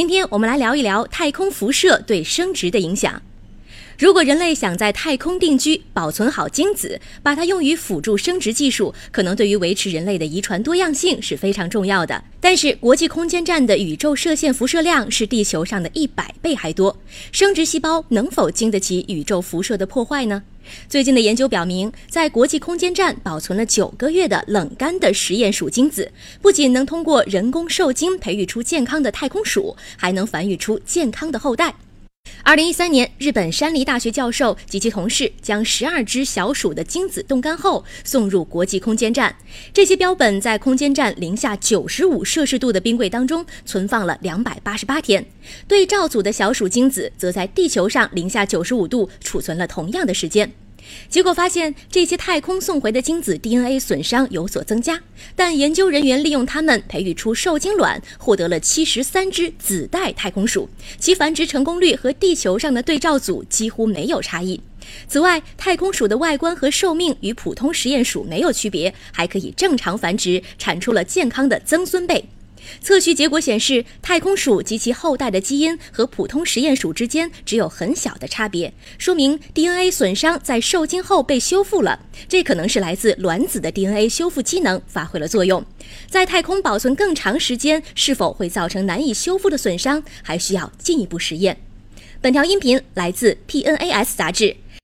今天我们来聊一聊太空辐射对生殖的影响。如果人类想在太空定居，保存好精子，把它用于辅助生殖技术，可能对于维持人类的遗传多样性是非常重要的。但是国际空间站的宇宙射线辐射量是地球上的100倍还多，生殖细胞能否经得起宇宙辐射的破坏呢？最近的研究表明，在国际空间站保存了9个月的冷干的实验鼠精子，不仅能通过人工受精培育出健康的太空鼠，还能繁育出健康的后代。2013年，日本山梨大学教授及其同事将12只小鼠的精子冻干后送入国际空间站。这些标本在空间站零下95摄氏度的冰柜当中存放了288天，对照组的小鼠精子则在地球上零下95度储存了同样的时间。结果发现，这些太空送回的精子 DNA 损伤有所增加，但研究人员利用它们培育出受精卵，获得了73只子代太空鼠，其繁殖成功率和地球上的对照组几乎没有差异。此外，太空鼠的外观和寿命与普通实验鼠没有区别，还可以正常繁殖，产出了健康的曾孙辈。测序结果显示，太空鼠及其后代的基因和普通实验鼠之间只有很小的差别，说明 DNA 损伤在受精后被修复了，这可能是来自卵子的 DNA 修复机能发挥了作用。在太空保存更长时间，是否会造成难以修复的损伤，还需要进一步实验。本条音频来自 PNAS 杂志，